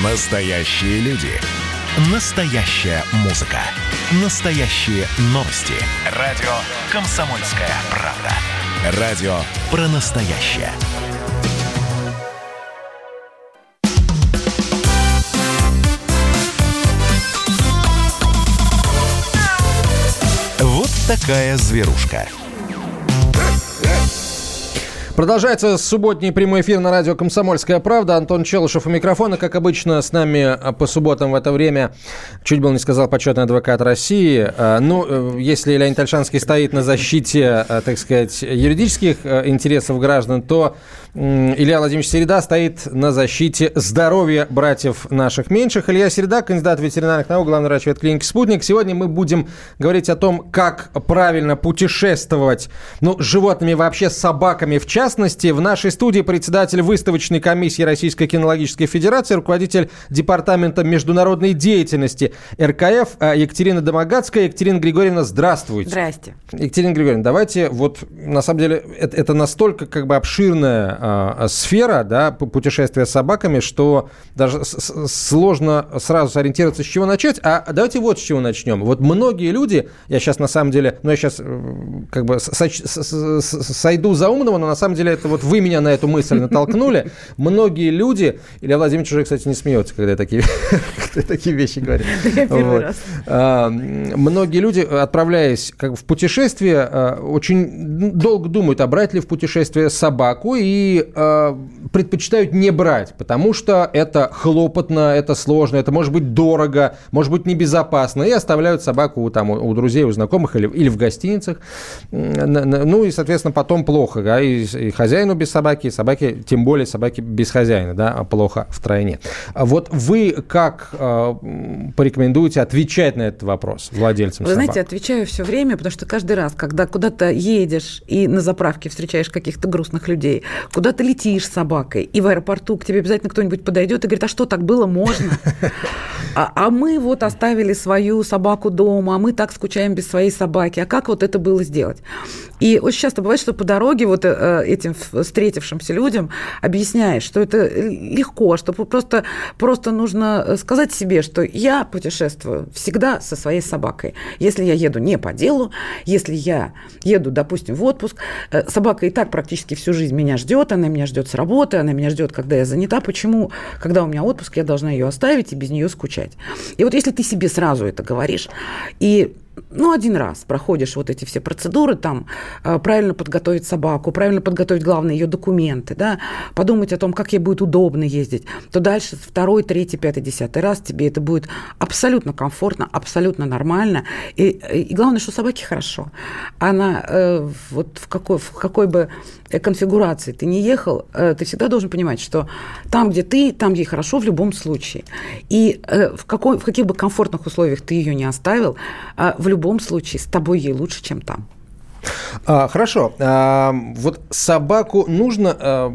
Настоящие люди. Настоящая музыка. Настоящие новости. Радио «Комсомольская правда». Радио про настоящее. Вот такая зверушка. Продолжается субботний прямой эфир на радио «Комсомольская правда». Антон Челышев у микрофона. Как обычно, с нами по субботам в это время, чуть было не сказал, почетный адвокат России. Ну, если Леонид Ольшанский стоит на защите, так сказать, юридических интересов граждан, то Илья Владимирович Середа стоит на защите здоровья братьев наших меньших. Илья Середа, кандидат ветеринарных наук, главный врач ветклиники «Спутник». Сегодня мы будем говорить о том, как правильно путешествовать, с животными, вообще с собаками в частности. В нашей студии председатель выставочной комиссии Российской кинологической федерации, руководитель департамента международной деятельности РКФ Екатерина Домогацкая. Екатерина Григорьевна, здравствуйте. Здрасте. Екатерина Григорьевна, давайте на самом деле, это настолько обширная сфера, да, путешествия с собаками, что даже сложно сразу сориентироваться, с чего начать. А давайте вот с чего начнем. Вот многие люди, я сейчас на самом деле, я сейчас сойду за умного, но на самом деле это вот вы меня на эту мысль натолкнули. Многие люди, Илья Владимирович уже, кстати, не смеется, когда я такие вещи говорю. Я первый раз. Многие люди, отправляясь в путешествие, очень долго думают, а брать ли в путешествие собаку, и предпочитают не брать, потому что это хлопотно, это сложно, это может быть дорого, может быть небезопасно, и оставляют собаку у друзей, у знакомых или в гостиницах. Ну и, соответственно, потом плохо, да, и хозяину без собаки, и собаке, тем более собаке без хозяина, да, плохо втройне. Вот вы как порекомендуете отвечать на этот вопрос владельцам собак? Вы знаете, отвечаю все время, потому что каждый раз, когда куда-то едешь и на заправке встречаешь каких-то грустных людей, куда-то летишь с собакой, и в аэропорту к тебе обязательно кто-нибудь подойдет и говорит: а что, так было можно? А мы вот оставили свою собаку дома, а мы так скучаем без своей собаки, а как вот это было сделать? И очень часто бывает, что по дороге вот этим встретившимся людям объясняешь, что это легко, что просто нужно сказать себе, что я путешествую всегда со своей собакой. Если я еду не по делу, если я еду, допустим, в отпуск, собака и так практически всю жизнь меня ждет, она меня ждет с работы, она меня ждет, когда я занята. Почему, когда у меня отпуск, я должна ее оставить и без нее скучать? И вот если ты себе сразу это говоришь, и один раз проходишь вот эти все процедуры, там, правильно подготовить собаку, правильно подготовить, главное, ее документы, да, подумать о том, как ей будет удобно ездить, то дальше второй, третий, пятый, десятый раз тебе это будет абсолютно комфортно, абсолютно нормально. И главное, что собаке хорошо. Она вот в какой бы конфигурации ты не ехал, ты всегда должен понимать, что там, где ты, там ей хорошо в любом случае. И в каких бы комфортных условиях ты ее не оставил, в любом случае с тобой ей лучше, чем там. Хорошо. Вот собаку нужно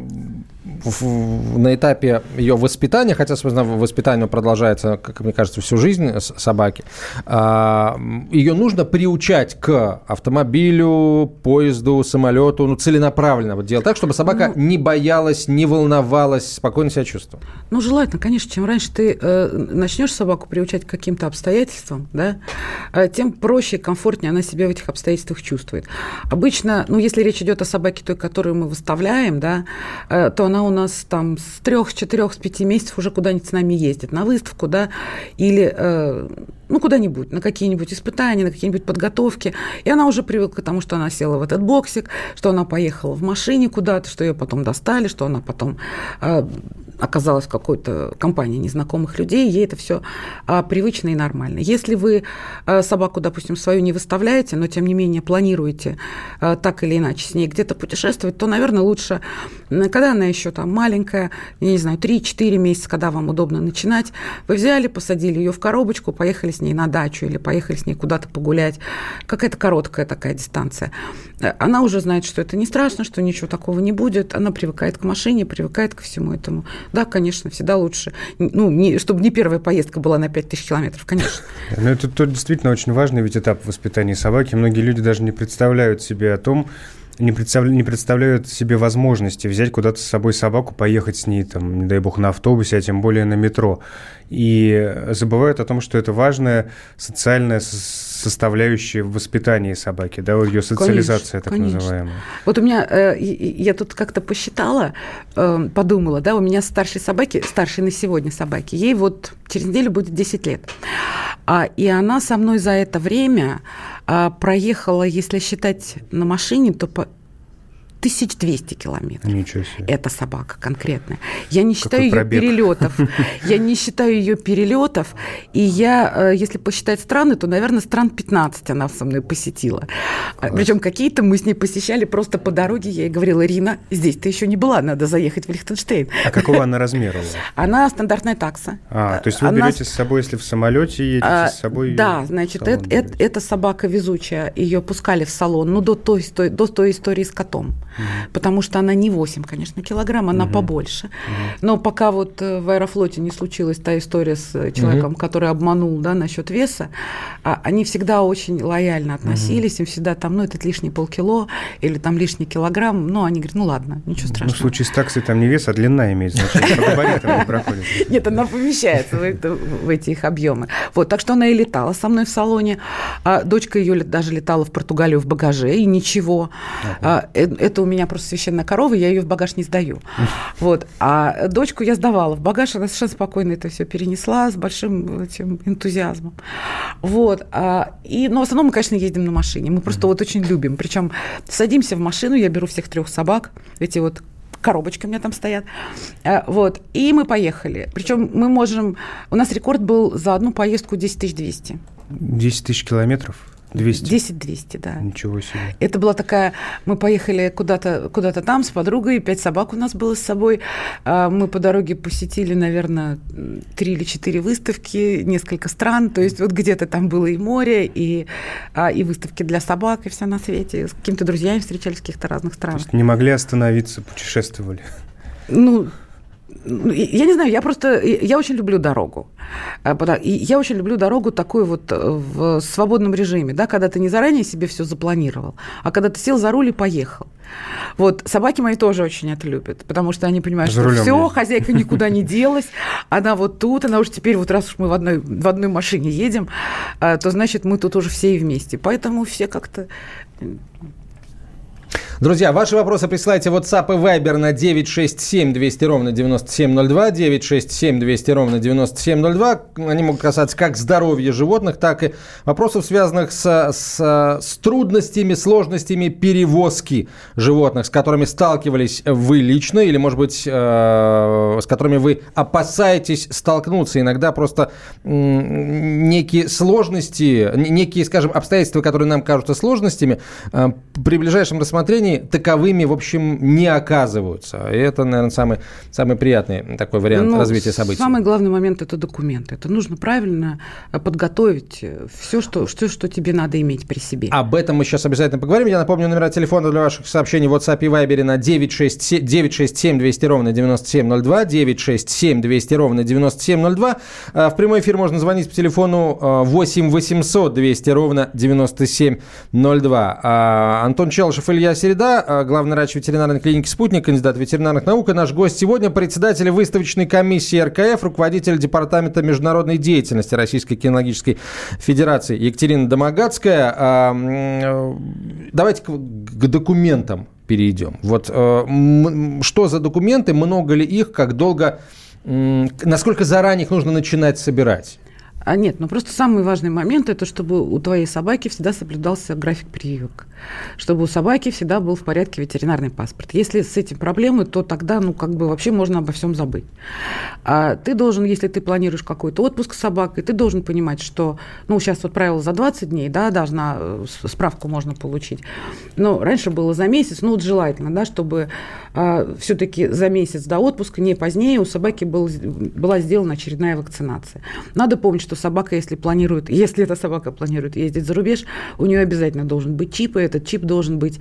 на этапе ее воспитания, хотя, собственно, воспитание продолжается, как мне кажется, всю жизнь собаки, ее нужно приучать к автомобилю, поезду, самолету, целенаправленно делать так, чтобы собака не боялась, не волновалась, спокойно себя чувствовала. Желательно, конечно, чем раньше ты начнешь собаку приучать к каким-то обстоятельствам, да, тем проще и комфортнее она себя в этих обстоятельствах чувствует. Обычно, если речь идет о собаке той, которую мы выставляем, да, то она у нас там с 3, с 4, с 5 месяцев уже куда-нибудь с нами ездит, на выставку, да, или куда-нибудь, на какие-нибудь испытания, на какие-нибудь подготовки. И она уже привыкла к тому, что она села в этот боксик, что она поехала в машине куда-то, что ее потом достали, что она потом оказалась в какой-то компании незнакомых людей. Ей это все привычно и нормально. Если вы собаку, допустим, свою не выставляете, но, тем не менее, планируете так или иначе с ней где-то путешествовать, то, наверное, лучше, когда она еще там маленькая, я не знаю, 3-4 месяца, когда вам удобно начинать, вы взяли, посадили ее в коробочку, поехали с ней на дачу или поехали с ней куда-то погулять. Какая-то короткая такая дистанция. Она уже знает, что это не страшно, что ничего такого не будет. Она привыкает к машине, привыкает ко всему этому. Да, конечно, всегда лучше. Чтобы не первая поездка была на 5000 километров, конечно. Но это действительно очень важный ведь этап воспитания собаки. Многие люди даже не представляют себе о том, не представляют себе возможности взять куда-то с собой собаку, поехать с ней, там, не дай бог, на автобусе, а тем более на метро. И забывают о том, что это важная социальная составляющая в воспитании собаки, да, ее социализация, конечно, так называемая. Вот у меня, я тут как-то посчитала, подумала, да, у меня старшей на сегодня собаки, ей вот через неделю будет 10 лет. И она со мной за это время проехала, если считать на машине, то по 1200 километров. Ничего себе. Это собака конкретная. Я не считаю ее перелетов. Я не считаю ее перелетов. И я, если посчитать страны, то, наверное, стран 15 она со мной посетила. Причем какие-то мы с ней посещали просто по дороге. Я ей говорила: Ирина, здесь ты еще не была, надо заехать в Лихтенштейн. А какого она размера? Она стандартная такса. То есть вы берете с собой, если в самолете едете с собой? Да, значит, это собака везучая. Ее пускали в салон, до той истории с котом. Потому что она не 8, конечно, килограмм, она побольше. Но пока вот в Аэрофлоте не случилась та история с человеком, который обманул, да, насчет веса, они всегда очень лояльно относились, им всегда там, это лишние полкило или там лишний килограмм, но они говорят, ладно, ничего страшного. В случае с таксой там не вес, а длина имеет значение, по габаритам не проходит. Нет, она помещается в эти их объемы. Вот, так что она и летала со мной в салоне, дочка ее даже летала в Португалию в багаже, и ничего. Это у меня просто священная корова, я ее в багаж не сдаю. Вот. А дочку я сдавала в багаж, она совершенно спокойно это все перенесла с большим этим энтузиазмом. Вот. Но в основном мы, конечно, ездим на машине. Мы просто вот очень любим. Причем садимся в машину, я беру всех 3 собак, эти вот коробочки у меня там стоят. Вот. И мы поехали. Причем у нас рекорд был за одну поездку 10 200. 10 тысяч километров? 200? 10-200, да. Ничего себе. Это была такая... Мы поехали куда-то там с подругой, 5 собак у нас было с собой. Мы по дороге посетили, наверное, 3 или 4 выставки, несколько стран. То есть вот где-то там было и море, и выставки для собак, и все на свете. С какими-то друзьями встречались в каких-то разных странах. То есть не могли остановиться, путешествовали? Я не знаю, я очень люблю дорогу. И я очень люблю дорогу такую вот в свободном режиме, да, когда ты не заранее себе все запланировал, а когда ты сел за руль и поехал. Вот собаки мои тоже очень это любят, потому что они понимают, что все, хозяйка никуда не делась, она вот тут, она уже теперь, вот раз уж мы в одной машине едем, то значит мы тут уже все и вместе. Поэтому все как-то... Друзья, ваши вопросы присылайте в WhatsApp и Viber на 967-200-97-02, 967-200-97-02. Они могут касаться как здоровья животных, так и вопросов, связанных с трудностями, сложностями перевозки животных, с которыми сталкивались вы лично или, может быть, с которыми вы опасаетесь столкнуться. Иногда просто некие сложности, некие, скажем, обстоятельства, которые нам кажутся сложностями, при ближайшем рассмотрении таковыми, в общем, не оказываются. И это, наверное, самый приятный такой вариант развития событий. Самый главный момент – это документы. Это нужно правильно подготовить все, что тебе надо иметь при себе. Об этом мы сейчас обязательно поговорим. Я напомню, номера телефона для ваших сообщений в WhatsApp и Viber на 967-200-97-02, 967-200-97-02. В прямой эфир можно звонить по телефону 8-800-200-97-02. Антон Челышев, Илья Середа, главный врач ветеринарной клиники «Спутник», кандидат ветеринарных наук. И наш гость сегодня председатель выставочной комиссии РКФ, руководитель департамента международной деятельности Российской кинологической федерации Екатерина Домогацкая. Давайте к документам перейдем. Вот что за документы, много ли их, как долго, насколько заранее их нужно начинать собирать? Нет, просто самый важный момент – это чтобы у твоей собаки всегда соблюдался график прививок, чтобы у собаки всегда был в порядке ветеринарный паспорт. Если с этим проблемы, то тогда, вообще можно обо всем забыть. А ты должен, если ты планируешь какой-то отпуск с собакой, ты должен понимать, что, сейчас вот правило за 20 дней, да, справку можно получить. Но раньше было за месяц, желательно, да, чтобы все-таки за месяц до отпуска, не позднее, у собаки была сделана очередная вакцинация. Надо помнить, что собака, если эта собака планирует ездить за рубеж, у нее обязательно должен быть чип, и этот чип должен быть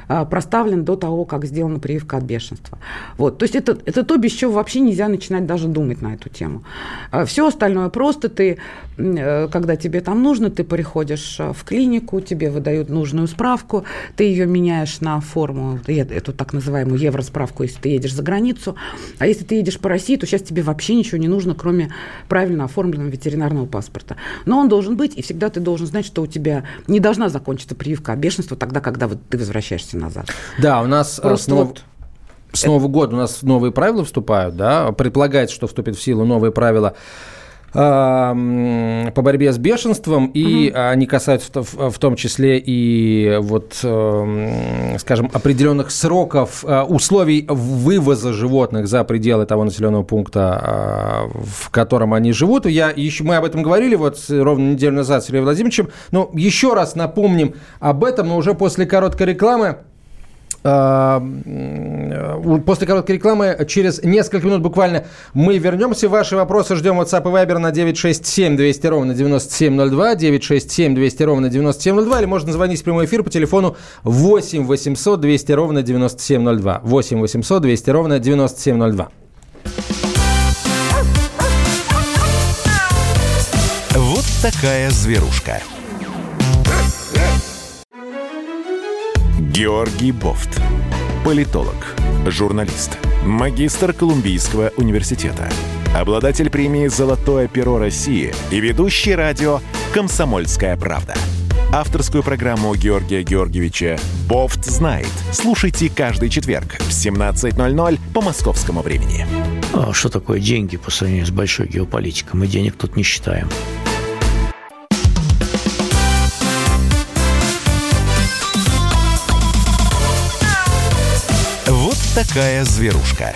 проставлен до того, как сделана прививка от бешенства. Вот. То есть это то, без чего вообще нельзя начинать даже думать на эту тему. Все остальное просто ты, когда тебе там нужно, ты приходишь в клинику, тебе выдают нужную справку, ты ее меняешь на форму, эту так называемую евросправку, если ты едешь за границу. А если ты едешь по России, то сейчас тебе вообще ничего не нужно, кроме правильно оформленного ветеринарного паспорта. Но он должен быть, и всегда ты должен знать, что у тебя не должна закончиться прививка от бешенства тогда, когда вот ты возвращаешься назад. Да, у нас с Нового года у нас новые правила вступают, да, предполагается, что вступят в силу новые правила по борьбе с бешенством, и они касаются в том числе и вот, скажем, определенных сроков, условий вывоза животных за пределы того населенного пункта, в котором они живут. Мы об этом говорили вот ровно неделю назад с Сергеем Владимировичем. Но еще раз напомним об этом, но уже после короткой рекламы. После короткой рекламы, через несколько минут буквально, мы вернемся. Ваши вопросы ждем. WhatsApp и Viber на 967-200-97-02, 967-200-97-02, или можно звонить в прямой эфир по телефону 8 800 200 ровно 9702, 8 800 200 ровно 9702. Вот такая зверушка. Георгий Бофт. Политолог, журналист, магистр Колумбийского университета, обладатель премии «Золотое перо России» и ведущий радио «Комсомольская правда». Авторскую программу Георгия Георгиевича «Бофт знает». Слушайте каждый четверг в 17:00 по московскому времени. Что такое деньги по сравнению с большой геополитикой? Мы денег тут не считаем. Такая зверушка.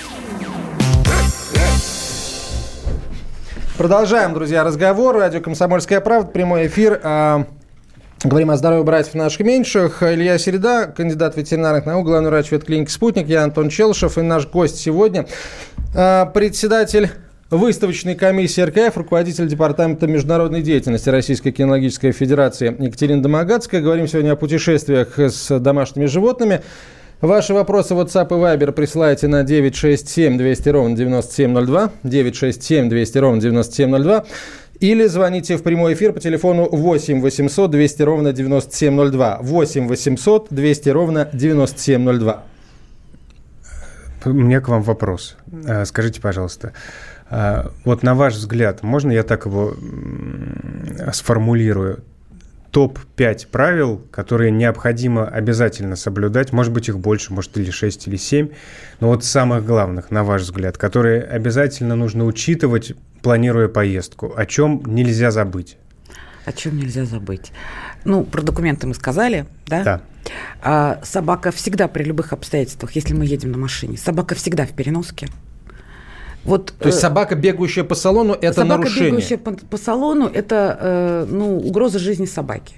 Продолжаем, друзья, разговор. Радио «Комсомольская правда», прямой эфир. Говорим о здоровье братьев наших меньших. Илья Середа, кандидат ветеринарных наук, главный врач ветклиники «Спутник». Я Антон Челышев. И наш гость сегодня председатель выставочной комиссии РКФ, руководитель департамента международной деятельности Российской кинологической федерации Екатерина Домогацкая. Говорим сегодня о путешествиях с домашними животными. Ваши вопросы в WhatsApp и Viber присылайте на 967 200 ровно 9702, 967 200 ровно 9702, или звоните в прямой эфир по телефону 8 800 200 ровно 9702, 8 800 200 ровно 9702. У меня к вам вопрос. Скажите, пожалуйста, вот на ваш взгляд, можно я так его сформулирую? Топ-5 правил, которые необходимо обязательно соблюдать, может быть, их больше, может, или 6, или 7, но вот самых главных, на ваш взгляд, которые обязательно нужно учитывать, планируя поездку, о чем нельзя забыть? О чем нельзя забыть? Ну, про документы мы сказали, да? Да. Собака всегда при любых обстоятельствах, если мы едем на машине, собака всегда в переноске. Вот, то есть собака, бегающая по салону, это нарушение? Собака, бегающая по салону, это угроза жизни собаки.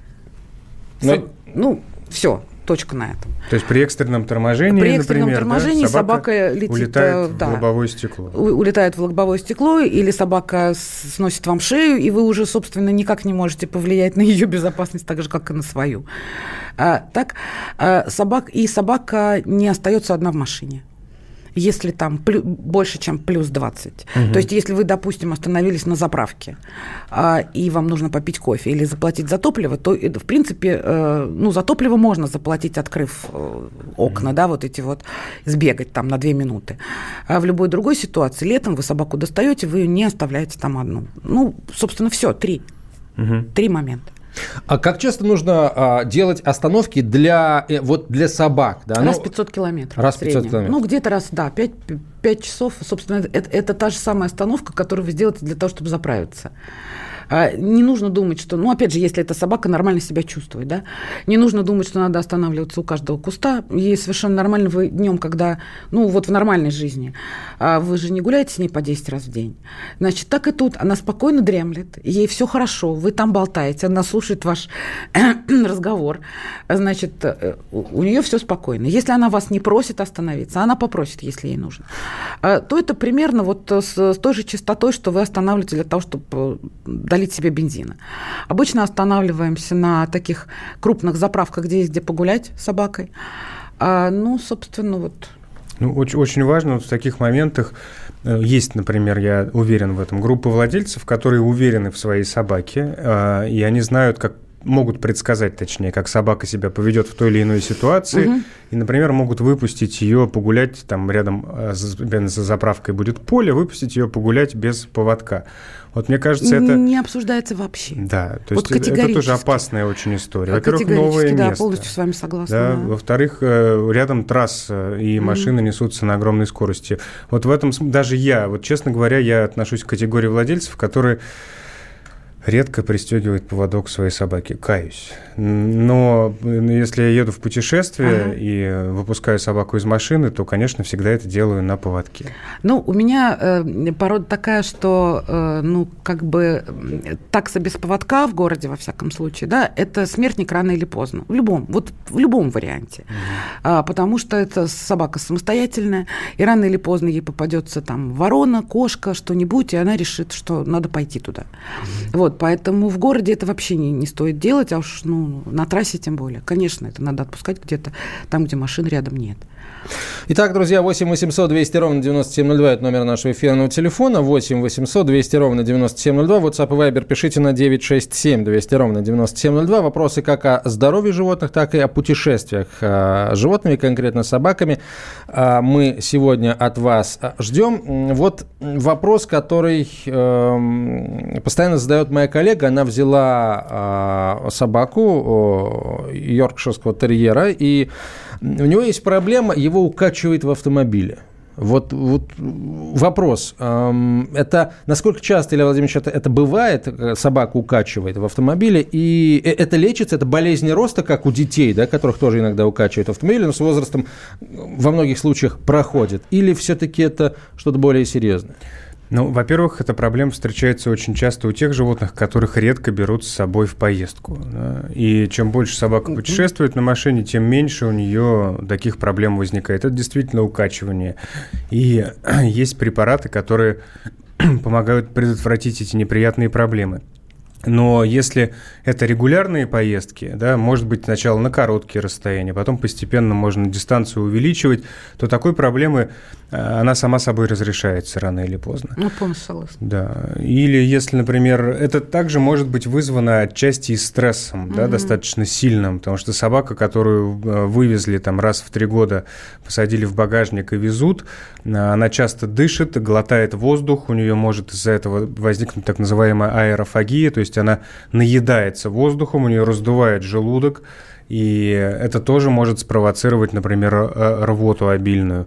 Все, точка на этом. То есть при экстренном торможении, например, собака летит, улетает в лобовое стекло. Улетает в лобовое стекло, или собака сносит вам шею, и вы уже, собственно, никак не можете повлиять на ее безопасность, так же, как и на свою. Собака не остается одна в машине. Если там больше, чем плюс 20. То есть, если вы, допустим, остановились на заправке, и вам нужно попить кофе или заплатить за топливо, то, в принципе, за топливо можно заплатить, открыв окна, да, вот эти вот, сбегать там на 2 минуты. А в любой другой ситуации летом вы собаку достаете, вы ее не оставляете там одну. Собственно, все, 3. 3 момента. А как часто нужно делать остановки для собак? Да? Раз в 500 километров. Раз в 500 километров. Где-то раз, 5 часов. Собственно, это та же самая остановка, которую вы сделаете для того, чтобы заправиться. Не нужно думать, что... опять же, если эта собака нормально себя чувствует, да? Не нужно думать, что надо останавливаться у каждого куста. Ей совершенно нормально вы днем, когда... в нормальной жизни. Вы же не гуляете с ней по 10 раз в день. Значит, так и тут. Она спокойно дремлет. Ей все хорошо. Вы там болтаете. Она слушает ваш разговор. Значит, у нее все спокойно. Если она вас не просит остановиться, она попросит, если ей нужно. То это примерно с той же частотой, что вы останавливаете для того, чтобы налить себе бензина. Обычно останавливаемся на таких крупных заправках, где есть где погулять с собакой. Собственно, вот... Очень, очень важно вот в таких моментах, есть, например, я уверен в этом, группа владельцев, которые уверены в своей собаке, и они знают, могут предсказать, точнее, как собака себя поведет в той или иной ситуации, и, например, могут выпустить ее погулять, там рядом за заправкой будет поле, выпустить ее погулять без поводка. Вот мне кажется, это... Не обсуждается вообще. Да, то есть это тоже опасная очень история. Во-первых, новое место. Да, полностью с вами согласна. Да. Во-вторых, рядом трасса, и машины несутся на огромной скорости. Вот в этом даже я, вот честно говоря, я отношусь к категории владельцев, которые редко пристегивает поводок своей собаки, каюсь. Но если я еду в путешествие и выпускаю собаку из машины, то, конечно, всегда это делаю на поводке. У меня порода такая, что, такса без поводка в городе, во всяком случае, да, это смертник рано или поздно. В любом варианте. Потому что это собака самостоятельная, и рано или поздно ей попадется там ворона, кошка, что-нибудь, и она решит, что надо пойти туда. Вот. Поэтому в городе это вообще не стоит делать, а уж на трассе тем более. Конечно, это надо отпускать где-то там, где машин рядом нет. Итак, друзья, 8 800 200 ровно 9702 – это номер нашего эфирного телефона. 8 800 200 ровно 9702. WhatsApp и Viber пишите на 967 200 ровно 9702. Вопросы как о здоровье животных, так и о путешествиях с животными, конкретно собаками, мы сегодня от вас ждем. Вот вопрос, который постоянно задает моя коллега. Она взяла собаку йоркширского терьера, и у него есть проблема, его укачивает в автомобиле. Вот вопрос. Это насколько часто, Илья Владимирович, это бывает, собака укачивает в автомобиле, и это лечится, это болезнь роста, как у детей, да, которых тоже иногда укачивают в автомобиле, но с возрастом во многих случаях проходит? Или все-таки это что-то более серьезное? Во-первых, эта проблема встречается очень часто у тех животных, которых редко берут с собой в поездку. Да? И чем больше собака путешествует на машине, тем меньше у нее таких проблем возникает. Это действительно укачивание. И есть препараты, которые помогают предотвратить эти неприятные проблемы. Но если это регулярные поездки, да, может быть, сначала на короткие расстояния, потом постепенно можно дистанцию увеличивать, то такой проблемы, она сама собой разрешается рано или поздно. Полностью согласна. Да. Или если, например, это также может быть вызвано отчасти и стрессом, да, достаточно сильным, потому что собака, которую вывезли там раз в 3 года, посадили в багажник и везут, она часто дышит, глотает воздух, у нее может из-за этого возникнуть так называемая аэрофагия, то есть она наедается воздухом, у нее раздувает желудок, и это тоже может спровоцировать, например, рвоту обильную.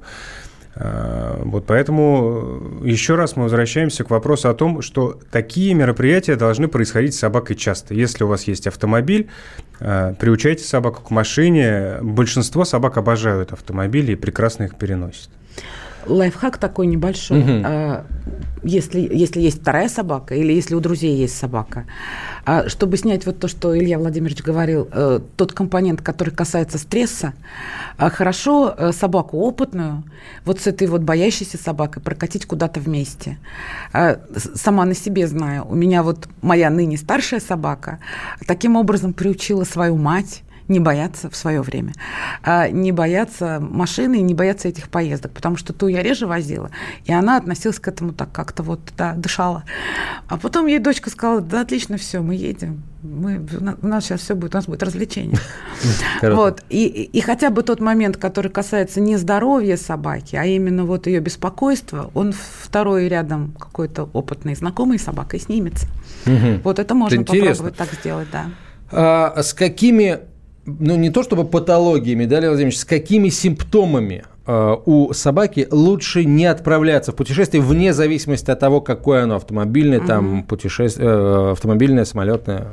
Вот поэтому еще раз мы возвращаемся к вопросу о том, что такие мероприятия должны происходить с собакой часто. Если у вас есть автомобиль, приучайте собаку к машине. Большинство собак обожают автомобили и прекрасно их переносят. Лайфхак такой небольшой. Если есть вторая собака или если у друзей есть собака, чтобы снять вот то, что Илья Владимирович говорил, тот компонент, который касается стресса, хорошо собаку опытную, вот с этой вот боящейся собакой прокатить куда-то вместе. Сама на себе знаю, у меня вот моя ныне старшая собака таким образом приучила свою мать не бояться в свое время, не бояться машины и не бояться этих поездок, потому что ту я реже возила, и она относилась к этому так как-то вот, да, дышала. А потом ей дочка сказала: да, отлично, все, мы едем, у нас сейчас все будет, у нас будет развлечение. Вот. И хотя бы тот момент, который касается не здоровья собаки, а именно вот ее беспокойства, он второй рядом какой-то опытный знакомый собакой снимется. Вот это можно попробовать так сделать, да. С какими... не то чтобы патологиями, да, Илья Владимирович, с какими симптомами у собаки лучше не отправляться в путешествие вне зависимости от того, какое оно, автомобильное, там, автомобильное, самолетное?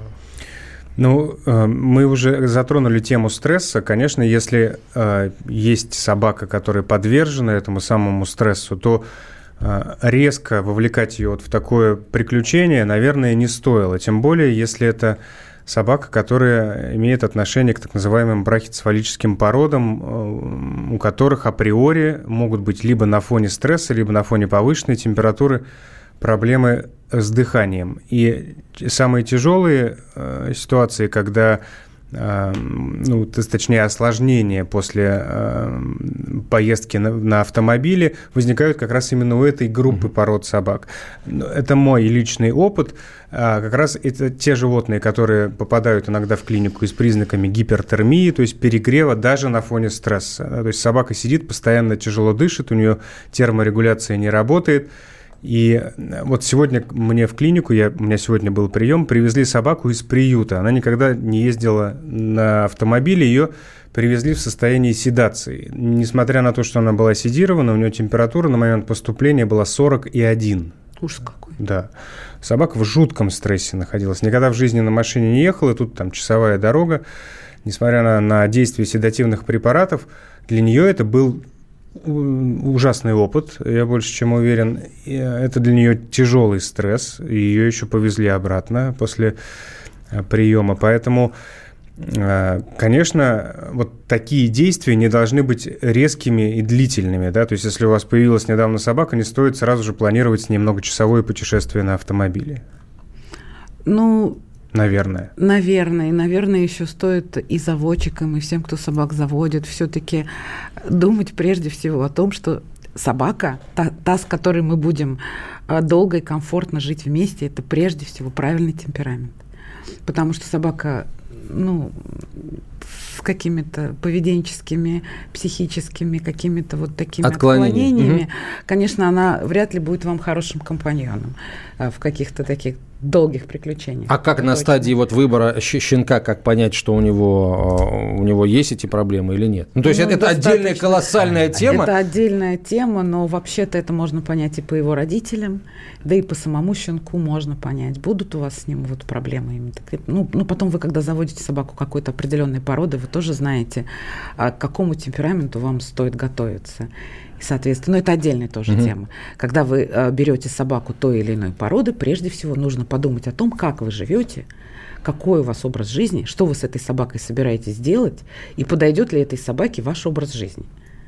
Мы уже затронули тему стресса. Конечно, если есть собака, которая подвержена этому самому стрессу, то резко вовлекать ее вот в такое приключение, наверное, не стоило. Тем более, если это собака, которая имеет отношение к так называемым брахицефалическим породам, у которых априори могут быть либо на фоне стресса, либо на фоне повышенной температуры проблемы с дыханием. И самые тяжелые ситуации, когда точнее, осложнения после поездки на автомобиле возникают как раз именно у этой группы пород собак. Это мой личный опыт. Как раз это те животные, которые попадают иногда в клинику с признаками гипертермии, то есть перегрева даже на фоне стресса. То есть собака сидит, постоянно тяжело дышит, у нее терморегуляция не работает. И вот сегодня мне в клинику, у меня сегодня был прием, привезли собаку из приюта. Она никогда не ездила на автомобиле, ее привезли в состоянии седации. Несмотря на то, что она была седирована, у нее температура на момент поступления была 41. Ужас какой. Да. Собака в жутком стрессе находилась. Никогда в жизни на машине не ехала, тут там часовая дорога. Несмотря на действие седативных препаратов, для нее это был ужасный опыт, я больше чем уверен. Это для нее тяжелый стресс, и ее еще повезли обратно после приема. Поэтому, конечно, вот такие действия не должны быть резкими и длительными. Да? То есть, если у вас появилась недавно собака, не стоит сразу же планировать с ней многочасовое путешествие на автомобиле. Наверное. Наверное, еще стоит и заводчикам, и всем, кто собак заводит, все-таки думать прежде всего о том, что собака, та, с которой мы будем долго и комфортно жить вместе, это прежде всего правильный темперамент. Потому что собака, с какими-то поведенческими, психическими, какими-то вот такими отклонениями, конечно, она вряд ли будет вам хорошим компаньоном в каких-то таких долгих приключениях. А как на стадии выбора щенка, как понять, что у него есть эти проблемы или нет? То есть это отдельная колоссальная тема? Это отдельная тема, но вообще-то это можно понять и по его родителям, да и по самому щенку можно понять, будут у вас с ним проблемы. Потом вы, когда заводите собаку какой-то определенной породы, вы тоже знаете, к какому темпераменту вам стоит готовиться. Соответственно, это отдельная тоже тема. Когда вы берете собаку той или иной породы, прежде всего нужно подумать о том, как вы живете, какой у вас образ жизни, что вы с этой собакой собираетесь делать, и подойдет ли этой собаке ваш образ жизни.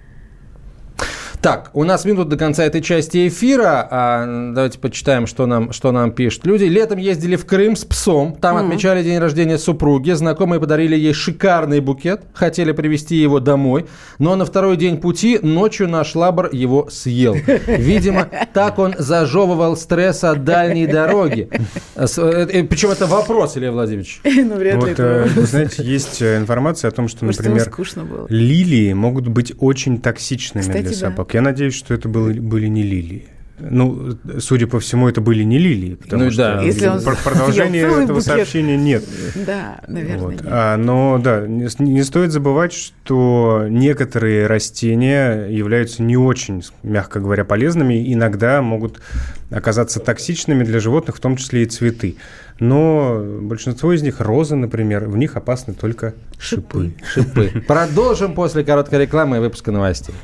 Так, у нас минут до конца этой части эфира. Давайте почитаем, что нам пишут люди. Летом ездили в Крым с псом. Там отмечали день рождения супруги. Знакомые подарили ей шикарный букет. Хотели привезти его домой. Но на второй день пути ночью наш лабр его съел. Видимо, так он зажевывал стресс от дальней дороги. Причем это вопрос, Илья Владимирович. Вряд ли это вопрос. Вы знаете, есть информация о том, что, например, лилии могут быть очень токсичными для собак. Я надеюсь, что это были не лилии. Судя по всему, это были не лилии, потому что продолжения этого сообщения нет. Да, наверное, нет. Но не стоит забывать, что некоторые растения являются не очень, мягко говоря, полезными, иногда могут оказаться токсичными для животных, в том числе и цветы. Но большинство из них, розы, например, в них опасны только шипы. Продолжим после короткой рекламы и выпуска новостей.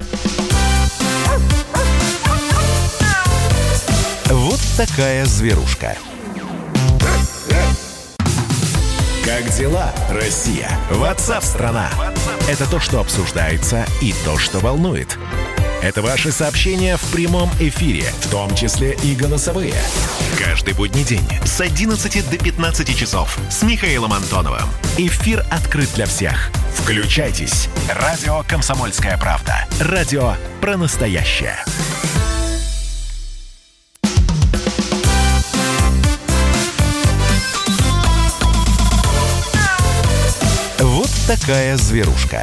Вот такая зверушка. Как дела, Россия? WhatsApp-страна! Это то, что обсуждается, и то, что волнует. Это ваши сообщения в прямом эфире, в том числе и голосовые. Каждый будний день с 11 до 15 часов с Михаилом Антоновым. Эфир открыт для всех. Включайтесь. Радио «Комсомольская правда». Радио про настоящее. Вот такая зверушка.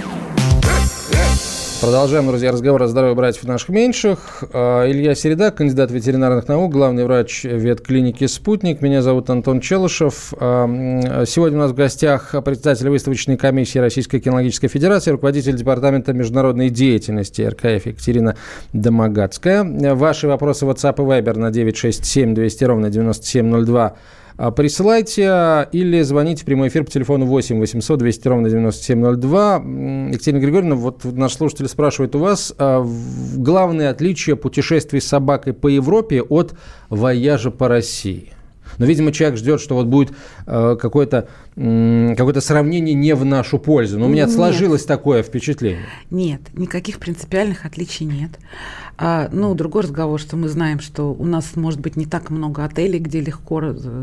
Продолжаем, друзья, разговор о здоровье братьев наших меньших. Илья Середа, кандидат ветеринарных наук, главный врач ветклиники «Спутник». Меня зовут Антон Челышев. Сегодня у нас в гостях председатель выставочной комиссии Российской кинологической федерации, руководитель департамента международной деятельности РКФ Екатерина Домогацкая. Ваши вопросы в WhatsApp и Viber на 967 200 ровно 9702. Присылайте или звоните в прямой эфир по телефону 8 800 200 ровно 9702. Екатерина Григорьевна, вот наш слушатель спрашивает у вас главное отличие путешествий с собакой по Европе от вояжа по России. Но, видимо, человек ждет, что вот будет какое-то сравнение не в нашу пользу. Но у меня сложилось такое впечатление. Нет, никаких принципиальных отличий нет. Другой разговор, что мы знаем, что у нас может быть не так много отелей, где легко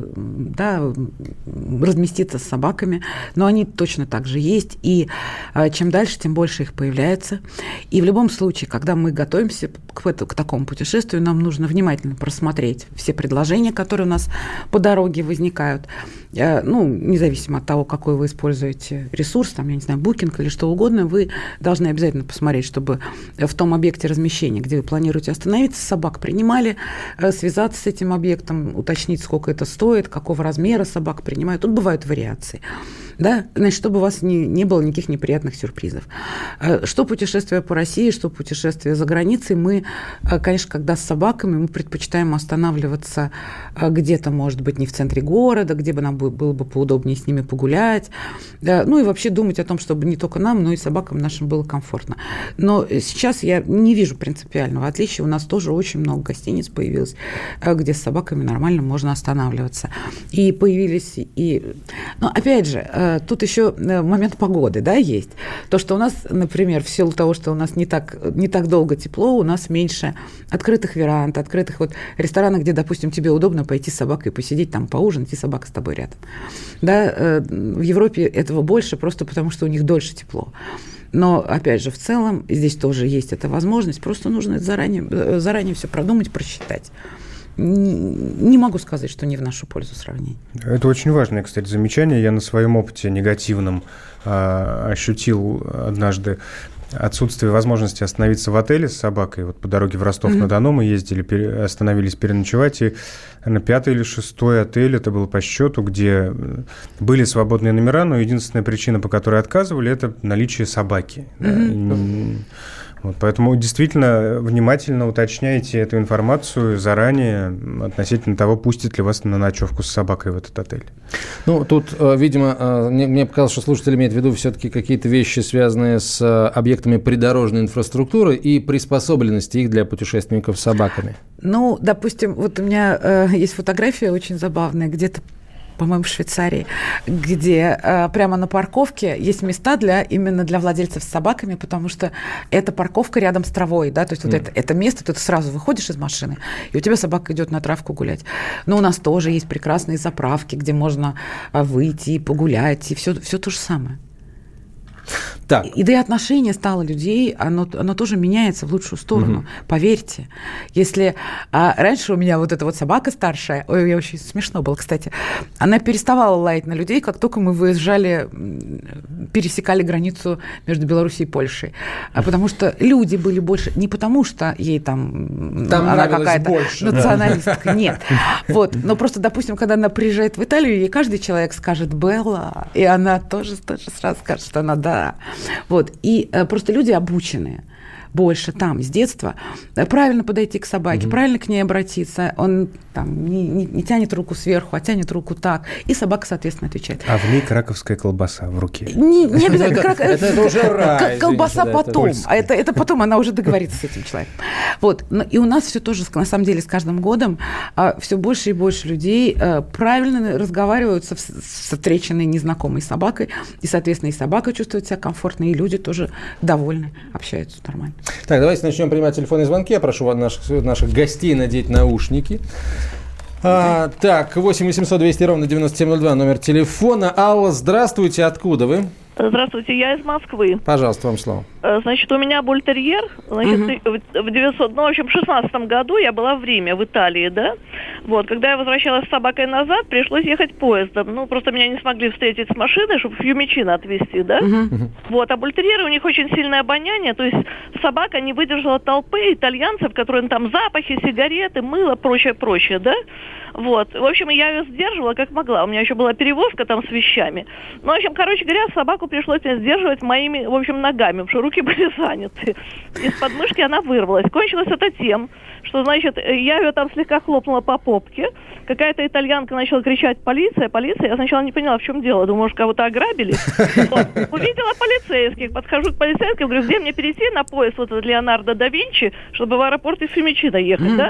разместиться с собаками, но они точно так же есть, и чем дальше, тем больше их появляется. И в любом случае, когда мы готовимся к такому путешествию, нам нужно внимательно просмотреть все предложения, которые у нас по дороге возникают, независимо от того, какой вы используете ресурс, там, я не знаю, Booking или что угодно, вы должны обязательно посмотреть, чтобы в том объекте размещения, где вы планируете остановиться, собак принимали, связаться с этим объектом, уточнить, сколько это стоит, какого размера собак принимают. Тут бывают вариации. Да? Значит, чтобы у вас не было никаких неприятных сюрпризов. Что путешествие по России, что путешествие за границей, мы, конечно, когда с собаками, мы предпочитаем останавливаться где-то, может быть, не в центре города, где бы нам было бы поудобнее с ними погулять. Да? И вообще думать о том, чтобы не только нам, но и собакам нашим было комфортно. Но сейчас я не вижу принципиального отличия. У нас тоже очень много гостиниц появилось, где с собаками нормально можно останавливаться. И появились... опять же, тут еще момент погоды, да, есть. То, что у нас, например, в силу того, что у нас не так долго тепло, у нас меньше открытых веранд, открытых ресторанов, где, допустим, тебе удобно пойти с собакой посидеть, там, поужинать, и собака с тобой рядом. Да, в Европе этого больше, просто потому что у них дольше тепло. Но, опять же, в целом, здесь тоже есть эта возможность, просто нужно это заранее все продумать, просчитать. Не могу сказать, что не в нашу пользу сравнение. Это очень важное, кстати, замечание. Я на своем опыте негативном ощутил однажды отсутствие возможности остановиться в отеле с собакой. Вот по дороге в Ростов-на-Дону мы ездили, остановились переночевать, и на 5-й или 6-й отель, это было по счету, где были свободные номера, но единственная причина, по которой отказывали, это наличие собаки. Поэтому действительно внимательно уточняйте эту информацию заранее относительно того, пустят ли вас на ночевку с собакой в этот отель. Тут, видимо, мне показалось, что слушатель имеет в виду все-таки какие-то вещи, связанные с объектами придорожной инфраструктуры и приспособленности их для путешественников с собаками. Допустим, вот у меня есть фотография очень забавная, где-то, по-моему, в Швейцарии, где прямо на парковке есть места именно для владельцев с собаками, потому что это парковка рядом с травой, да, то есть это место, ты сразу выходишь из машины, и у тебя собака идет на травку гулять. Но у нас тоже есть прекрасные заправки, где можно выйти и погулять, и все то же самое. Так. И да и отношение стало людей, оно тоже меняется в лучшую сторону, поверьте. Если раньше у меня вот эта вот собака старшая, ой, очень смешно было, кстати, она переставала лаять на людей, как только мы пересекали границу между Белоруссией и Польшей. Потому что люди были больше, не потому что ей она какая-то больше, националистка, да. Нет. Но просто, допустим, когда она приезжает в Италию, ей каждый человек скажет «Белла», и она тоже сразу скажет, что она «да». И просто люди обученные больше там, с детства, правильно подойти к собаке, правильно к ней обратиться. Он не тянет руку сверху, а тянет руку так. И собака, соответственно, отвечает. А в ней краковская колбаса в руке. Не обязательно. Это уже рай. Колбаса потом. А это потом она уже договорится с этим человеком. И у нас все тоже, на самом деле, с каждым годом все больше и больше людей правильно разговаривают со встреченной незнакомой собакой. И, соответственно, и собака чувствует себя комфортно, и люди тоже довольны, общаются нормально. Так, давайте начнем принимать телефонные звонки. Я прошу наших гостей надеть наушники. Так, 8 800 200 ровно 9702, номер телефона. Алла, здравствуйте, откуда вы? Здравствуйте, я из Москвы. Пожалуйста, вам слово. Значит, у меня бультерьер. Значит, в 16 году я была в Риме, в Италии, да? Когда я возвращалась с собакой назад, пришлось ехать поездом. Просто меня не смогли встретить с машиной, чтобы в Фьюмичино отвезти, да? А бультерьеры, у них очень сильное обоняние, то есть собака не выдержала толпы итальянцев, которые там запахи, сигареты, мыло, прочее, да? В общем, я ее сдерживала как могла. У меня еще была перевозка там с вещами. Короче говоря, собаку пришлось мне сдерживать моими, ногами, потому что руки были заняты. Из подмышки она вырвалась. Кончилось это тем, что, я ее там слегка хлопнула по попке. Какая-то итальянка начала кричать «Полиция, полиция!». Я сначала не поняла, в чем дело. Думаю, может, кого-то ограбили. Увидела полицейских. Подхожу к полицейским, говорю, где мне перейти на поезд Леонардо да Винчи, чтобы в аэропорт из Фьюмичино ехать, да?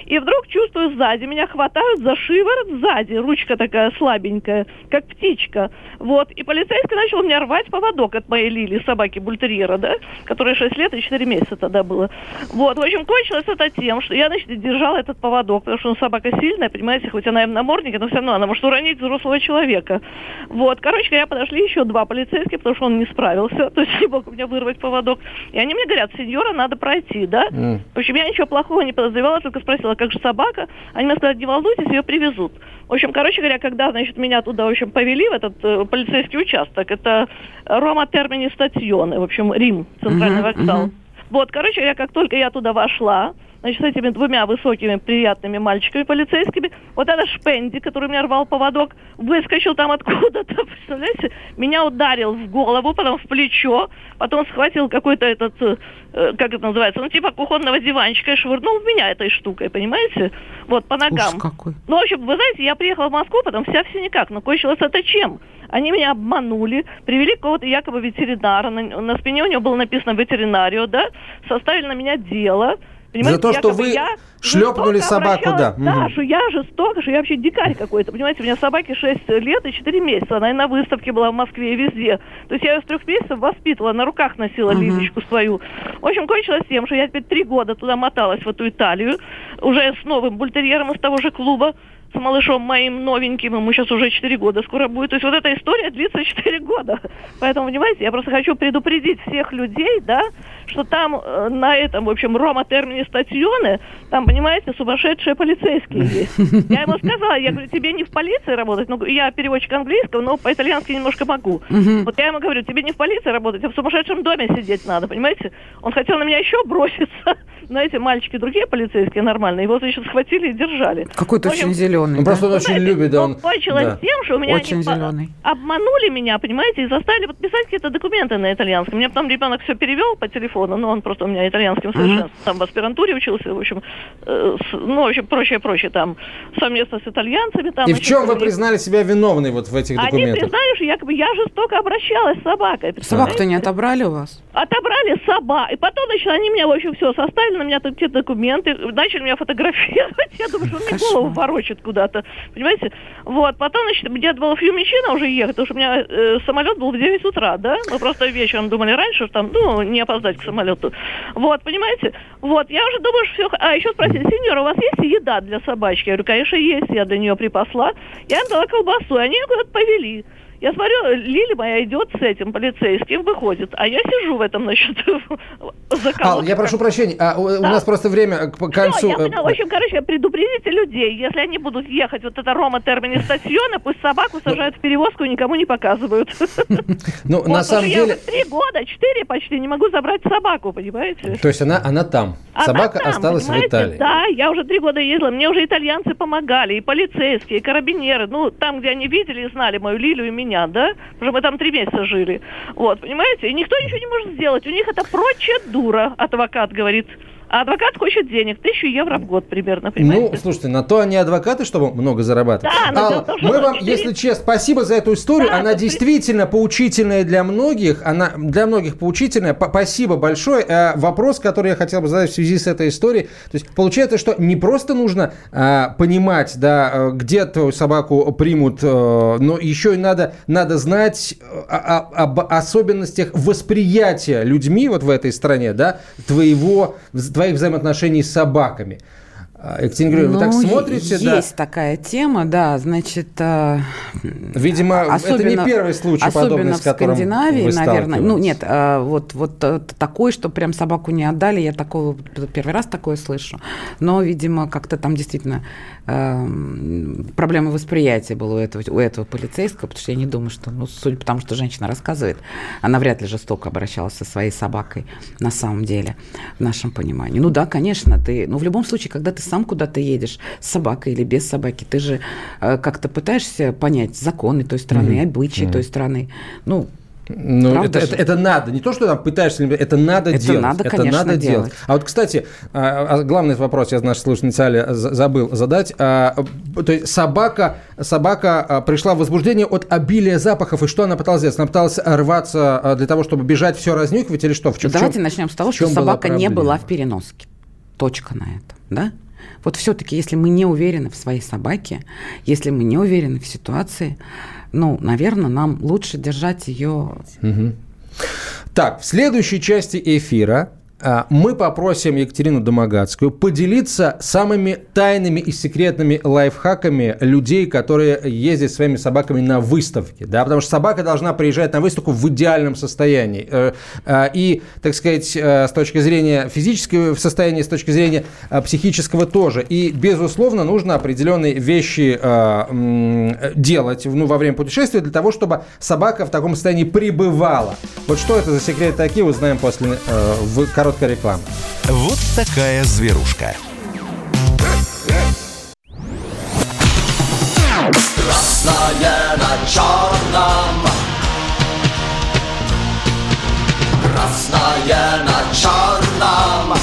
И вдруг чувствую сзади, меня хватают за шиворот сзади, ручка такая слабенькая, как птичка. Вот. И полицейский начал у меня рвать поводок от моей Лили, собаки бультерьера, да, которой 6 лет и 4 месяца тогда было. Вот. В общем, кончилось это тем, что я, значит, держала этот поводок, потому что собака сильная, понимаете, хоть она и в наморднике, но все равно она может уронить взрослого человека. Вот. Короче говоря, подошли еще 2 полицейских, потому что он не справился, то есть не мог у меня вырвать поводок. И они мне говорят: сеньора, надо пройти, да? В общем, я ничего плохого не подозревала, только спросила, как же собака. Они мне сказали: не волнуйтесь, ее привезут. В общем, короче говоря, когда, значит, меня туда, в общем, повели, в этот полицейский участок, это Рома Термини Стационе, в общем, Рим, центральный вокзал. Вот, короче говоря, как только я туда вошла, значит, с этими 2 высокими, приятными мальчиками полицейскими, вот этот Шпенди, который меня рвал поводок, выскочил там откуда-то, представляете, меня ударил в голову, потом в плечо, потом схватил какой-то этот, как это называется, ну, типа кухонного диванчика и швырнул в меня этой штукой, понимаете, вот, по ногам. Ужас какой. Ну, в общем, вы знаете, я приехала в Москву, потом вся в синяках, но кончилось это чем? Они меня обманули, привели какого-то якобы ветеринара, на спине у него было написано «ветеринарио», да, составили на меня дело. Понимаете, за то, что вы шлепнули собаку, да. Да, что я жестоко, что я вообще дикарь какой-то. Понимаете, у меня собаке 6 лет и 4 месяца. Она и на выставке была в Москве, и везде. То есть я ее с 3 месяцев воспитывала, на руках носила Лилечку свою. В общем, кончилось тем, что я теперь 3 года туда моталась, в эту Италию, уже с новым бультерьером из того же клуба, с малышом моим новеньким, ему сейчас уже 4 года скоро будет. То есть вот эта история длится 4 года. Поэтому, понимаете, я просто хочу предупредить всех людей, да, что там на этом, в общем, Рома Термини Стационе, там, понимаете, сумасшедшие полицейские есть. Я ему сказала, я говорю, тебе не в полиции работать, ну, я переводчик английского, но по-итальянски немножко могу. Вот я ему говорю, тебе не в полиции работать, а в сумасшедшем доме сидеть надо, понимаете? Он хотел на меня еще броситься, но эти мальчики другие полицейские нормальные, его, значит, схватили и держали. Какой-то очень зеленый. Ну, просто он очень любит, да. Он кончилось тем, что у меня они обманули меня, понимаете, и заставили подписать какие-то документы на итальянском. Мне потом ребенок все перевел по телефону, но он просто у меня итальянским совершенно там в аспирантуре учился, в общем, ну, в общем, прочее, там, совместно с итальянцами. Там, и в чем вы признали себя виновной вот в этих документах? Они признали, что якобы я жестоко обращалась с собакой. Собаку-то не отобрали у вас? Отобрали собаку. И потом, значит, они меня, в общем, все, составили на меня те документы, начали меня фотографировать. Я думаю, что он мне голову ворочит куда-то. Понимаете? Вот. Потом, значит, где-то было в Фьюмичино уже ехать, потому что у меня самолет был в 9 утра, да? Мы просто вечером думали раньше, что там, ну, не опоздать к самолету. Вот, понимаете? Вот. Я уже думаю, что все... А, еще спросили, сеньора, у вас есть еда для собачки? Я говорю, конечно, есть. Я для нее припасла. Я им дала колбасу, и они ее куда-то повели. Я смотрю, Лили моя идет с этим полицейским, выходит, а я сижу в этом, значит, за Ал, я прошу прощения, у нас просто время к концу. Я поняла. В общем, короче, предупредите людей, если они будут ехать, вот это Рома Термини Стационе, пусть собаку сажают в перевозку и никому не показывают. Ну, на самом деле... Я 3 года, 4 почти, не могу забрать собаку, понимаете? То есть она там, собака осталась в Италии. Да, я уже 3 года ездила, мне уже итальянцы помогали, и полицейские, и карабинеры, ну, там, где они видели и знали мою Лилю и меня, да, потому что мы там 3 месяца жили. Вот, понимаете? И никто ничего не может сделать. У них это процедура, адвокат говорит. А адвокат хочет денег, 1000 евро в год примерно, понимаете? Ну, слушайте, на то они адвокаты, чтобы много зарабатывать. Да, Алла, мы вам, если честно, спасибо за эту историю. Да, она действительно поучительная для многих. Она для многих поучительная. Спасибо большое. Вопрос, который я хотел бы задать в связи с этой историей. То есть, получается, что не просто нужно понимать, да, где твою собаку примут, но еще и надо знать об особенностях восприятия людьми вот в этой стране, да, твоих взаимоотношений с собаками. Екатерина Григорьевна, вы так смотрите? Есть такая тема, да, значит... Видимо, это не первый случай подобный, с которым вы сталкивались. Особенно в Скандинавии, наверное. Ну, нет, вот такой, что прям собаку не отдали, я такого первый раз такое слышу. Но, видимо, как-то там действительно проблема восприятия была у этого полицейского, потому что я не думаю, что, ну, судя по тому, что женщина рассказывает, она вряд ли жестоко обращалась со своей собакой на самом деле, в нашем понимании. Ну да, конечно, в любом случае, когда ты сам куда-то едешь с собакой или без собаки, ты же как-то пытаешься понять законы той страны, обычаи той страны. Ну, это надо. Не то, что там пытаешься, это надо делать. Это надо делать. А вот, кстати, главный вопрос я нашей слушательнице Али забыл задать. То есть собака пришла в возбуждение от обилия запахов, и что она пыталась сделать? Она пыталась рваться для того, чтобы бежать, все разнюхивать, или что? Давайте начнем с того, что собака не была в переноске. Точка на этом, да? Вот все-таки, если мы не уверены в своей собаке, если мы не уверены в ситуации, ну, наверное, нам лучше держать ее... Так, в следующей части эфира мы попросим Екатерину Домогацкую поделиться самыми тайными и секретными лайфхаками людей, которые ездят своими собаками на выставки. Да? Потому что собака должна приезжать на выставку в идеальном состоянии. И, так сказать, с точки зрения физического состояния, с точки зрения психического тоже. И, безусловно, нужно определенные вещи делать во время путешествия для того, чтобы собака в таком состоянии пребывала. Вот что это за секреты такие, узнаем после короткой рекламы. Вот такая зверушка. Красное на черном, красное на черном.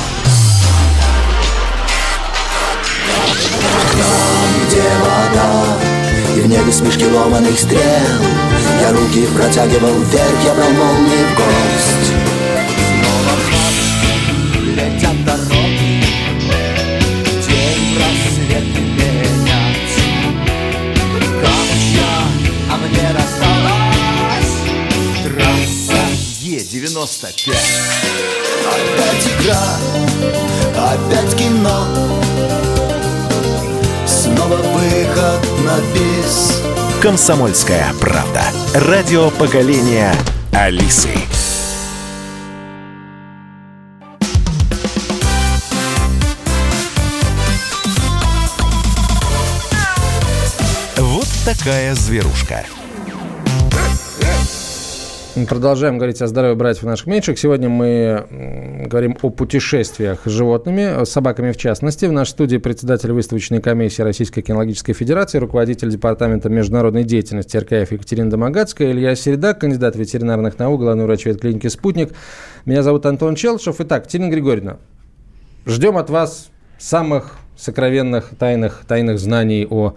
Там, где вода, и в небе смешки ломаных стрел, я руки протягивал вверх, я брал молнии в гость. Летят дороги, день просвет менять. Камушья, а мне досталась трасса Е-95. Опять игра, опять кино, снова выход на бис. «Комсомольская правда». Радио поколения Алисы. Вот такая зверушка. Продолжаем говорить о здоровье братьев наших меньших. Сегодня мы говорим о путешествиях с животными, с собаками в частности. В нашей студии председатель выставочной комиссии Российской кинологической федерации, руководитель департамента международной деятельности РКФ Екатерина Домогацкая, Илья Середа, кандидат ветеринарных наук, главный врач ветклиники «Спутник». Меня зовут Антон Челышев. Итак, Екатерина Григорьевна, ждем от вас самых сокровенных, тайных знаний о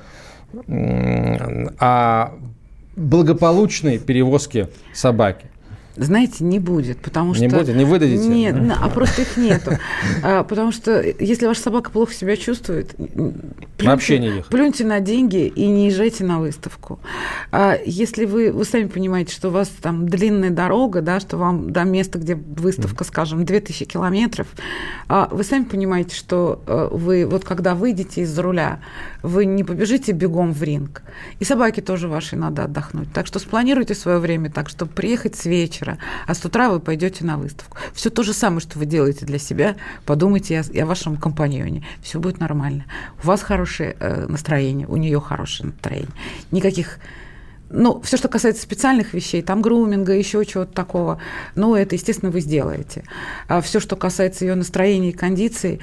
благополучной перевозке собаки. Знаете, не будет, потому что... Не будет? Не выдадите? Нет, просто их нету. Потому что если ваша собака плохо себя чувствует, вообще не ехать. Плюньте на деньги и не езжайте на выставку. Если вы сами понимаете, что у вас там длинная дорога, да, что вам до места, где выставка, скажем, 2000 километров, вы сами понимаете, что вы, вот когда выйдете из-за руля, вы не побежите бегом в ринг. И собаке тоже вашей надо отдохнуть. Так что спланируйте свое время так, чтобы приехать с вечера, а с утра вы пойдете на выставку. Все то же самое, что вы делаете для себя, подумайте о вашем компаньоне. Все будет нормально. У вас хорошее настроение, у нее хорошее настроение. Никаких... все, что касается специальных вещей, там груминга, еще чего-то такого, это, естественно, вы сделаете. А все, что касается ее настроения и кондиции,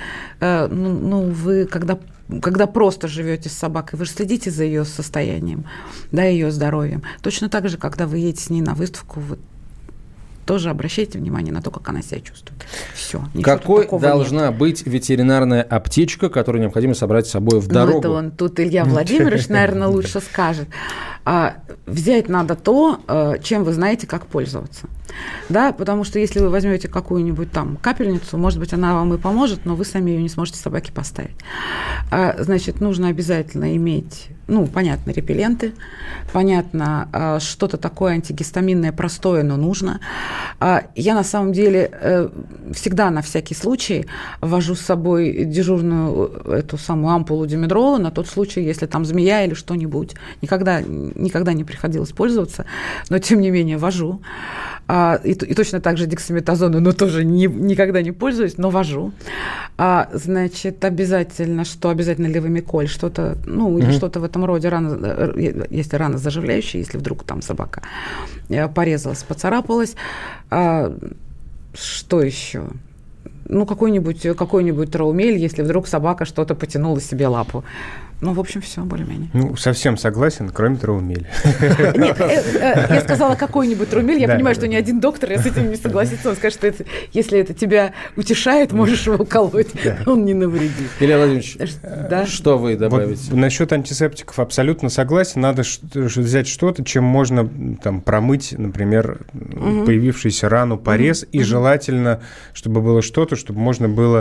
вы, когда просто живете с собакой, вы же следите за ее состоянием, да, ее здоровьем. Точно так же, когда вы едете с ней на выставку, вы тоже обращайте внимание на то, как она себя чувствует. Все. Какой должна быть ветеринарная аптечка, которую необходимо собрать с собой в дорогу? Тут Илья Владимирович, наверное, лучше скажет. Взять надо то, чем вы знаете, как пользоваться. Да, потому что если вы возьмете какую-нибудь там капельницу, может быть, она вам и поможет, но вы сами ее не сможете собаке поставить. Значит, нужно обязательно иметь, понятно, репелленты, понятно, что-то такое антигистаминное простое, но нужно. Я на самом деле всегда на всякий случай вожу с собой дежурную эту самую ампулу димедрола на тот случай, если там змея или что-нибудь. Никогда не приходилось пользоваться, но тем не менее вожу. И точно так же дексаметазону, но тоже никогда не пользуюсь, но вожу. Значит, обязательно левомиколь, что-то, или что-то в этом роде, если рана заживляющая, если вдруг там собака порезалась, поцарапалась. Что еще? Какой-нибудь траумель, если вдруг собака что-то потянула себе лапу. В общем, все более-менее. Совсем согласен, кроме траумели. Нет, я сказала какой-нибудь траумель. Я понимаю, что ни один доктор с этим не согласится. Он скажет, что если это тебя утешает, можешь его колоть. Он не навредит. Илья Владимирович, что вы добавите? Насчет антисептиков абсолютно согласен. Надо взять что-то, чем можно промыть, например, появившуюся рану, порез. И желательно, чтобы было что-то, чтобы можно было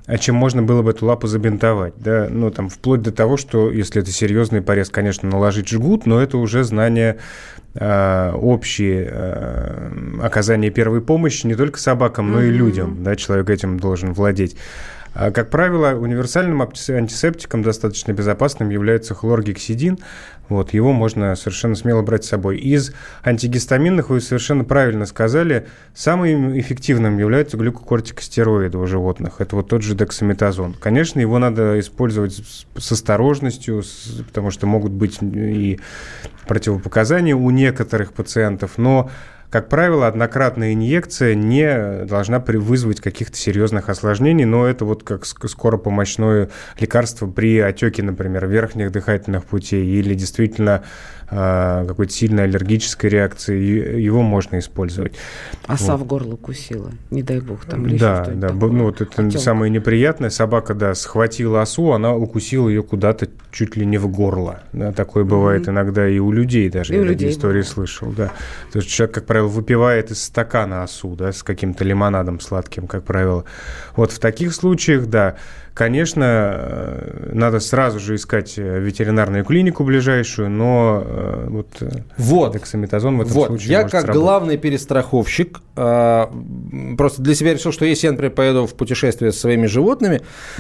чем можно было бы эту лапу забинтовать, да, ну, там, вплоть до того, что, если это серьезный порез, конечно, наложить жгут, но это уже знание общее оказание первой помощи не только собакам, но и людям, да, человек этим должен владеть. Как правило, универсальным антисептиком, достаточно безопасным, является хлоргексидин. Вот, его можно совершенно смело брать с собой. Из антигистаминных, вы совершенно правильно сказали, самым эффективным являются глюкокортикостероиды у животных. Это вот тот же дексаметазон. Конечно, его надо использовать с осторожностью, потому что могут быть и противопоказания у некоторых пациентов, но как правило, однократная инъекция не должна вызвать каких-то серьезных осложнений, но это вот как скоропомощное лекарство при отеке, например, верхних дыхательных путей или действительно какой-то сильной аллергической реакции, его можно использовать. Оса в горло укусила, не дай бог, там или да, что-то да, такое. Ну вот это отек. Самое неприятное. Собака, да, схватила осу, она укусила ее куда-то чуть ли не в горло. Да, такое бывает иногда и у людей даже. Я такие истории слышал, да. То есть человек, как правило, выпивает из стакана осу, да, с каким-то лимонадом сладким, как правило. Вот в таких случаях, да, конечно, надо сразу же искать ветеринарную клинику ближайшую, но вот дексаметазон в этом случае я может как сработать. Главный перестраховщик просто для себя решил, что если я, например, поеду в путешествие со своими животными,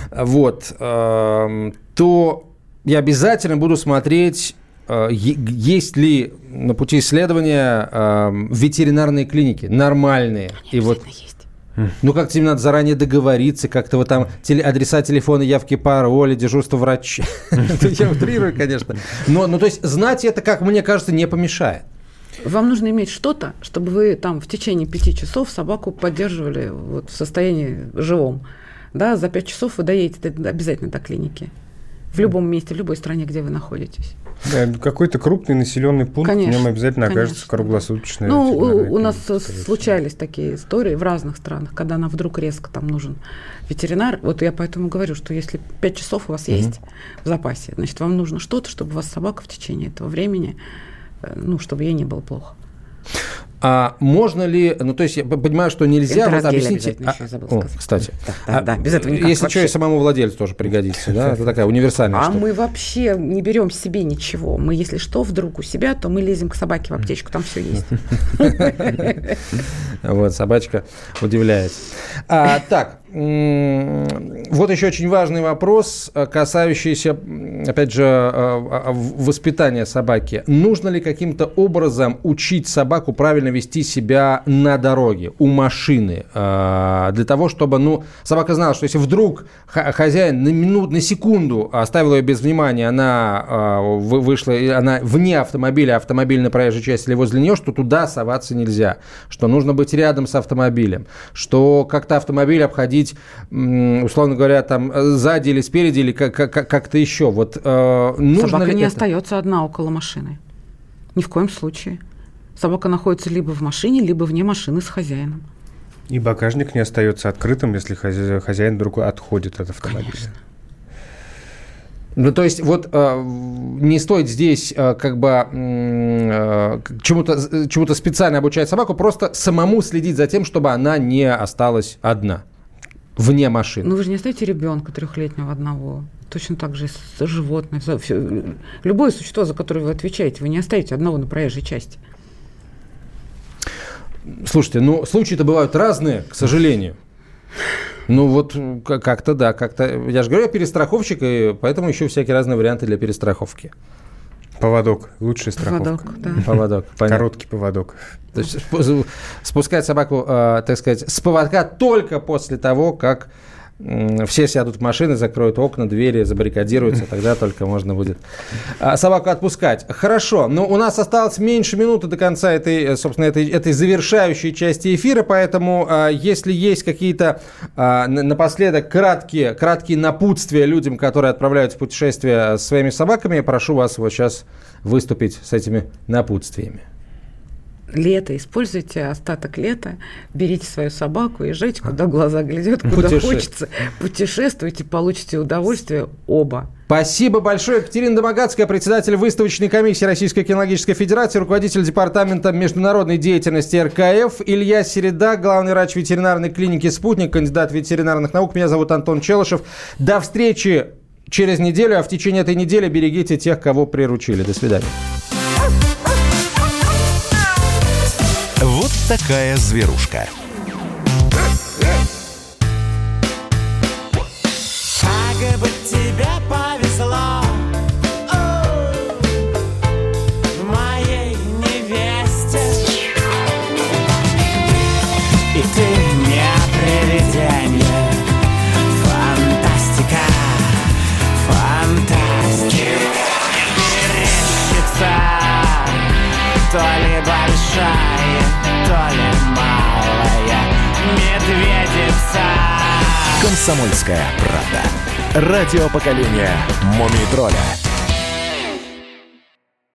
то я обязательно буду смотреть, есть ли на пути исследования ветеринарные клиники нормальные. И вот есть. Ну, как-то им надо заранее договориться, как-то вот там адреса телефона, явки, пароли, дежурство врача. Я утрирую, конечно. Но, то есть, знать это, как мне кажется, не помешает. Вам нужно иметь что-то, чтобы вы там в течение 5 часов собаку поддерживали вот в состоянии живом. Да, за 5 часов вы доедете обязательно до клиники. В любом месте, в любой стране, где вы находитесь. Да, какой-то крупный населенный пункт, в нем обязательно окажется круглосуточная ветеринарная у нас случались такие истории в разных странах, когда нам вдруг резко там нужен ветеринар. Вот я поэтому говорю, что если 5 часов у вас есть в запасе, значит, вам нужно что-то, чтобы у вас собака в течение этого времени, чтобы ей не было плохо. А можно ли, то есть я понимаю, что нельзя, вот объясните. Кстати, да, без этого никак. Если что, и самому владельцу тоже пригодится, да, это такая универсальная штука. А мы вообще не берем себе ничего. Мы, если что, вдруг у себя, то мы лезем к собаке в аптечку, там все есть. Вот, собачка удивляется. Так, вот еще очень важный вопрос, касающийся, опять же, воспитания собаки. Нужно ли каким-то образом учить собаку правильно вести себя на дороге, у машины, для того, чтобы, собака знала, что если вдруг хозяин на секунду оставил ее без внимания, она вышла, она вне автомобиля, автомобиль на проезжей части или возле нее, что туда соваться нельзя, что нужно быть рядом с автомобилем, что как-то автомобиль обходить, условно говоря, там сзади или спереди, или как-то еще. Вот, нужно собака ли не это? остается одна около машины. Ни в коем случае. Собака находится либо в машине, либо вне машины с хозяином. И багажник не остается открытым, если хозяин вдруг отходит от автомобиля. Конечно. То есть, вот не стоит здесь чему-то специально обучать собаку, просто самому следить за тем, чтобы она не осталась одна, вне машины. Вы же не оставите ребенка 3-летнего одного. Точно так же и с животным. Любое существо, за которое вы отвечаете, вы не оставите одного на проезжей части. Слушайте, случаи-то бывают разные, к сожалению. Как-то да, я же говорю, я перестраховщик, и поэтому ищу всякие разные варианты для перестраховки. Поводок, лучшая страховка. Поводок, короткий поводок. То есть спускать собаку, так сказать, с поводка только после того, как все сядут в машины, закроют окна, двери, забаррикадируются, тогда только можно будет собаку отпускать. Хорошо, но у нас осталось меньше минуты до конца этой завершающей части эфира, поэтому если есть какие-то напоследок краткие напутствия людям, которые отправляются в путешествие со своими собаками, я прошу вас вот сейчас выступить с этими напутствиями. Лето, используйте остаток лета, берите свою собаку, езжайте, куда глаза глядят, куда хочется, путешествуйте, получите удовольствие оба. Спасибо большое. Екатерина Домогацкая, председатель выставочной комиссии Российской кинологической федерации, руководитель департамента международной деятельности РКФ. Илья Середа, главный врач ветеринарной клиники «Спутник», кандидат ветеринарных наук. Меня зовут Антон Челышев. До встречи через неделю, а в течение этой недели берегите тех, кого приручили. До свидания. Вот такая зверушка. Как бы тебе повезло моей невесте, и ты не привидение. Фантастика, фантастика. Мерещится то ли большая, то ли малая медведица. «Комсомольская правда». Радио поколения «Мумий тролля».